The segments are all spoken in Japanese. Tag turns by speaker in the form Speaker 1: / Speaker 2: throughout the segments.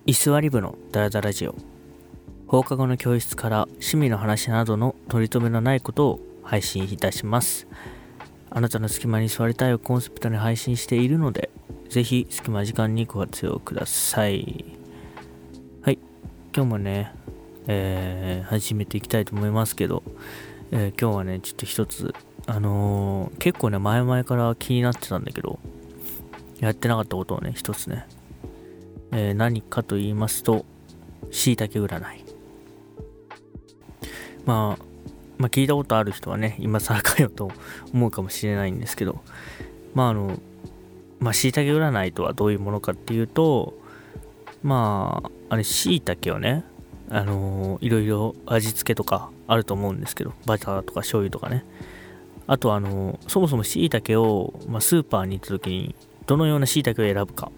Speaker 1: 居座り部のダラダラジオ。放課後の教室から趣味の話などの取り留めのないことを配信いたします。あなたの隙間に座りたいをコンセプトに配信しているので、ぜひ隙間時間にご活用ください。はい、今日もね、始めていきたいと思いますけど、今日はねちょっと一つ結構ね前々から気になってたんだけど、やってなかったことをね一つね、何かと言いますと、椎茸占い。まあ聞いたことある人はね今更かよと思うかもしれないんですけど、椎茸占いとはどういうものかっていうと、椎茸をねいろいろ味付けとかあると思うんですけど、バターとか醤油とかね、あとそもそも椎茸を、スーパーに行った時にどのような椎茸を選ぶか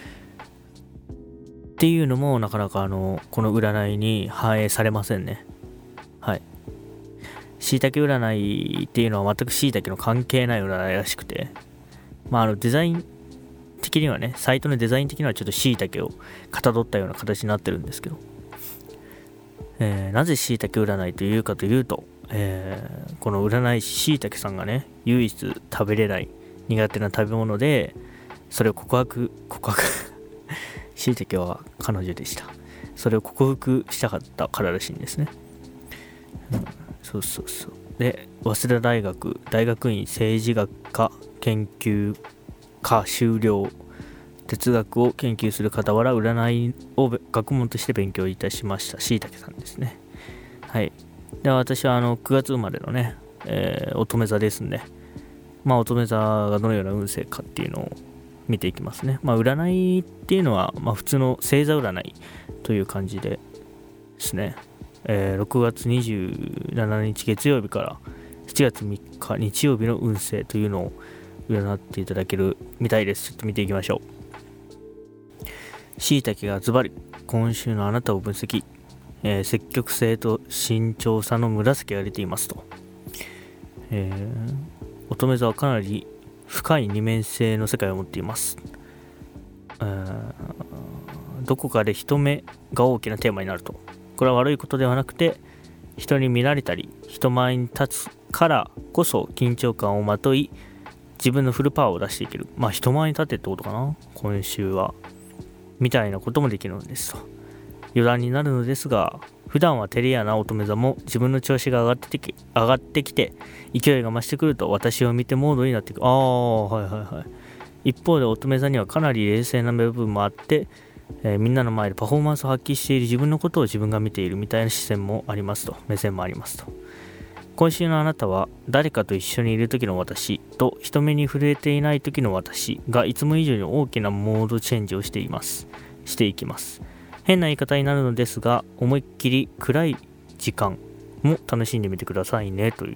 Speaker 1: っていうのもなかなかこの占いに反映されませんね。はい。椎茸占いっていうのは全く椎茸の関係ない占いらしくて、デザイン的にはね、サイトのデザイン的にはちょっと椎茸をかたどったような形になってるんですけど、なぜ椎茸占いというかというと、この占い師椎茸さんがね唯一食べれない苦手な食べ物で、それを告白椎茸は彼女でした。それを克服したかったかららしいんですね。そうで、早稲田大学大学院政治学科研究科修了、哲学を研究する傍ら占いを学問として勉強いたしました椎茸さんですね。はい。で、私は9月生まれのね、乙女座ですんで、乙女座がどのような運勢かっていうのを見ていきますね。占いっていうのは、普通の星座占いという感じでですね、6月27日月曜日から7月3日日曜日の運勢というのを占っていただけるみたいです。ちょっと見ていきましょう。椎茸がズバリ今週のあなたを分析、積極性と慎重さの紫が出ていますと。乙女座はかなり深い二面性の世界を持っています。どこかで人目が大きなテーマになると。これは悪いことではなくて、人に見られたり人前に立つからこそ緊張感をまとい、自分のフルパワーを出していける。人前に立てってことかな、今週は。みたいなこともできるのですと。余談になるのですが、普段は照れ屋な乙女座も自分の調子が上がってきて勢いが増してくると私を見てモードになっていく。一方で乙女座にはかなり冷静な部分もあって、みんなの前でパフォーマンスを発揮している自分のことを自分が見ているみたいな視線もありますと、目線もありますと。今週のあなたは誰かと一緒にいる時の私と人目に触れていない時の私がいつも以上に大きなモードチェンジをしていきます。変な言い方になるのですが、思いっきり暗い時間も楽しんでみてくださいねという。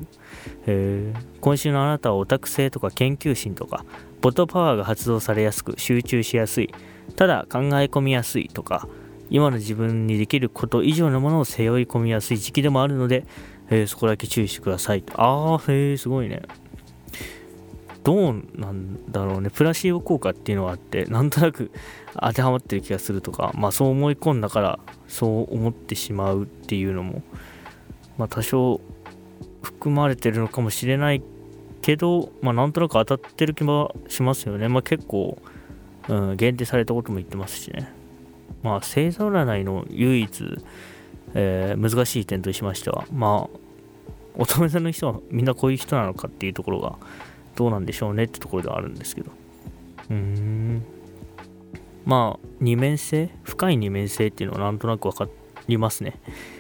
Speaker 1: 今週のあなたはオタク性とか研究心とかボトパワーが発動されやすく集中しやすい、ただ考え込みやすいとか、今の自分にできること以上のものを背負い込みやすい時期でもあるので、そこだけ注意してくださいと。すごいね。どうなんだろうね。プラシーボ効果っていうのがあって、なんとなく当てはまってる気がするとか、そう思い込んだからそう思ってしまうっていうのも多少含まれてるのかもしれないけど、なんとなく当たってる気はしますよね。結構、限定されたことも言ってますしね。星座占いの唯一、難しい点としましては、乙女座の人はみんなこういう人なのかっていうところがどうなんでしょうねってところではあるんですけど、二面性、深い二面性っていうのはなんとなく分かりますね。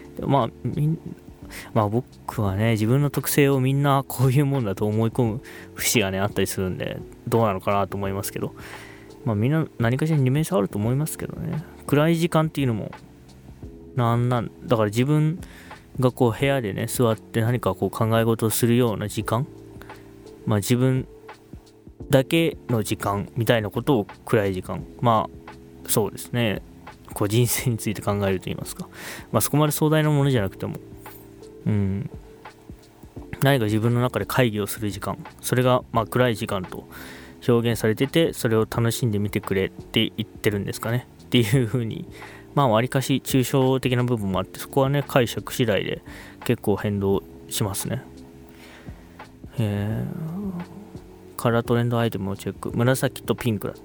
Speaker 1: 僕はね、自分の特性をみんなこういうもんだと思い込む節がねあったりするんで、どうなのかなと思いますけど、みんな何かしら二面性あると思いますけどね。暗い時間っていうのもだから自分が部屋でね座って何か考え事をするような時間、自分だけの時間みたいなことを暗い時間、そうですね、人生について考えると言いますか、そこまで壮大なものじゃなくても、何か自分の中で会議をする時間、それが暗い時間と表現されてて、それを楽しんでみてくれって言ってるんですかね。 っていう風に、わりかし抽象的な部分もあって、そこはね、解釈次第で結構変動しますね。カラートレンドアイテムをチェック。紫とピンクだって。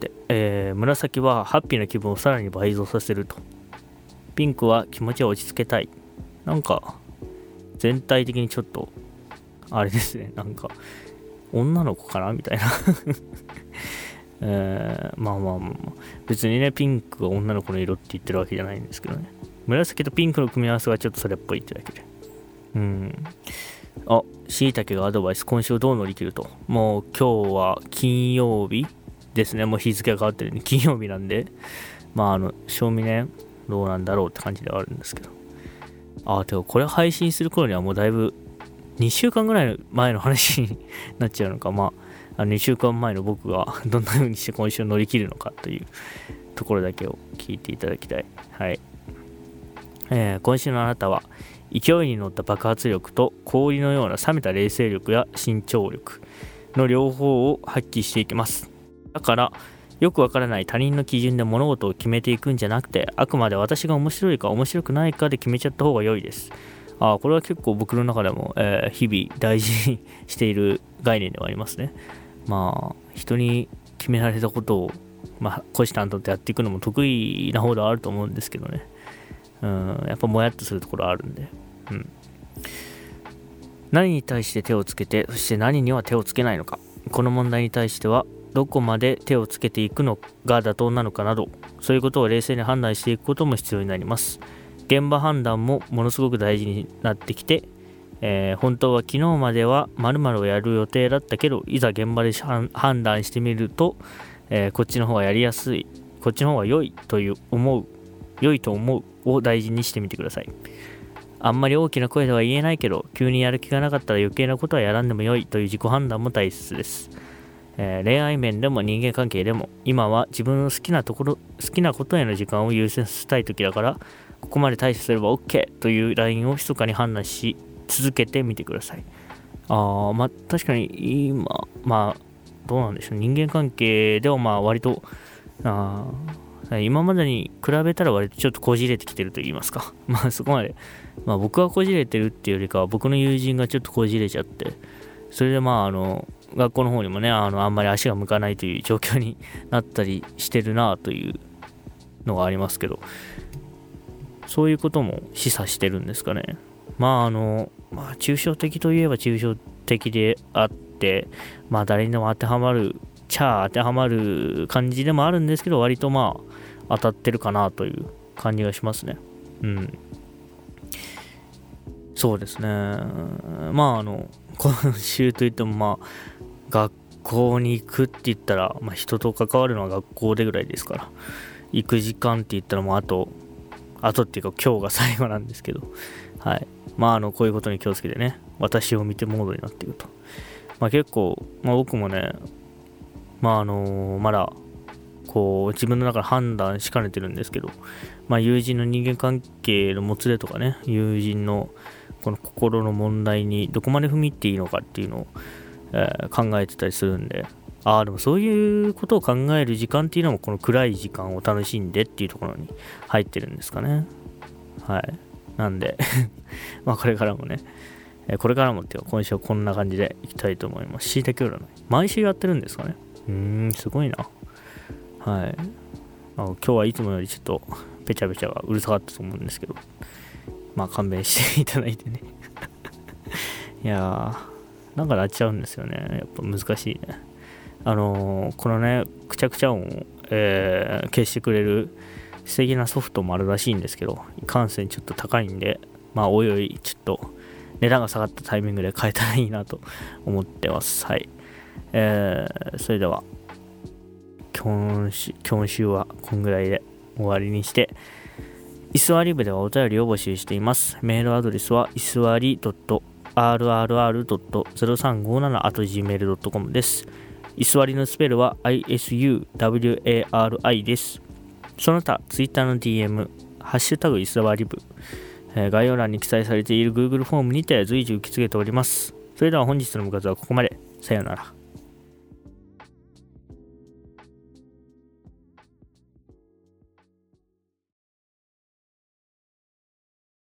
Speaker 1: 紫はハッピーな気分をさらに倍増させると。ピンクは気持ちを落ち着けたい。なんか、全体的にちょっと、あれですね。なんか、女の子かなみたいな。別にね、ピンクが女の子の色って言ってるわけじゃないんですけどね。紫とピンクの組み合わせはちょっとそれっぽいってだけで。しいたけがアドバイス、今週どう乗り切ると。もう今日は金曜日ですね。もう日付が変わってるんで、金曜日なんで、賞味ね、どうなんだろうって感じではあるんですけど。てかこれ配信する頃にはもうだいぶ2週間ぐらい前の話になっちゃうのか。2週間前の僕がどんな風にして今週乗り切るのかというところだけを聞いていただきたい。はい。今週のあなたは、勢いに乗った爆発力と氷のような冷めた冷静力や慎重力の両方を発揮していきます。だからよくわからない他人の基準で物事を決めていくんじゃなくて、あくまで私が面白いか面白くないかで決めちゃった方が良いです。これは結構僕の中でも、日々大事にしている概念ではありますね。人に決められたことを虎視眈々とやっていくのも得意な方ではあると思うんですけどね。やっぱもやっとするところはあるんで、何に対して手をつけて、そして何には手をつけないのか、この問題に対してはどこまで手をつけていくのが妥当なのかなど、そういうことを冷静に判断していくことも必要になります。現場判断もものすごく大事になってきて、本当は昨日までは〇〇をやる予定だったけど、いざ現場で判断してみると、こっちの方がやりやすい、こっちの方が良いと思うを大事にしてみてください。あんまり大きな声では言えないけど、急にやる気がなかったら余計なことはやらんでも良いという自己判断も大切です。恋愛面でも人間関係でも、今は自分の好きなことへの時間を優先させたい時だから、ここまで対処すれば OK というラインを密かに判断し続けてみてください。確かに今、どうなんでしょう。人間関係では割と今までに比べたら割とちょっとこじれてきてると言いますか。そこまで、僕はこじれてるっていうよりかは、僕の友人がちょっとこじれちゃって、それで学校の方にもね、あんまり足が向かないという状況になったりしてるなというのがありますけど、そういうことも示唆してるんですかね。抽象的といえば抽象的であって、誰にでも当てはまる当てはまる感じでもあるんですけど、割と当たってるかなという感じがしますね。そうですね。今週といっても学校に行くって言ったら、人と関わるのは学校でぐらいですから、行く時間って言ったらもうあとっていうか今日が最後なんですけど、はい。こういうことに気をつけてね、私を見てモードになっていると。結構、僕もね、まだ自分の中で判断しかねてるんですけど、友人の人間関係のもつれとかね、友人のこの心の問題にどこまで踏み入っていいのかっていうのを、考えてたりするんで、でもそういうことを考える時間っていうのもこの暗い時間を楽しんでっていうところに入ってるんですかね。はい。なんでこれからもっていうか今週はこんな感じでいきたいと思います。しいたけ占い毎週やってるんですかね。すごいな。はい。今日はいつもよりちょっとペチャペチャがうるさかったと思うんですけど、勘弁していただいてねいやー、なんかなっちゃうんですよね。やっぱ難しいね。このね、くちゃくちゃ音を、消してくれる素敵なソフトもあるらしいんですけど、いかんせんちょっと高いんで、おいおいちょっと値段が下がったタイミングで買えたらいいなと思ってます。はい。それでは今週はこんぐらいで終わりにして、いすわり部ではお便りを募集しています。メールアドレスはいすわり.rrr.0357@gmail.com です。いすわりのスペルは ISUWARI です。その他ツイッターの DM ハッシュタグいすわり部、概要欄に記載されている Google フォームにて随時受け付けております。それでは本日の部活はここまで。さようなら。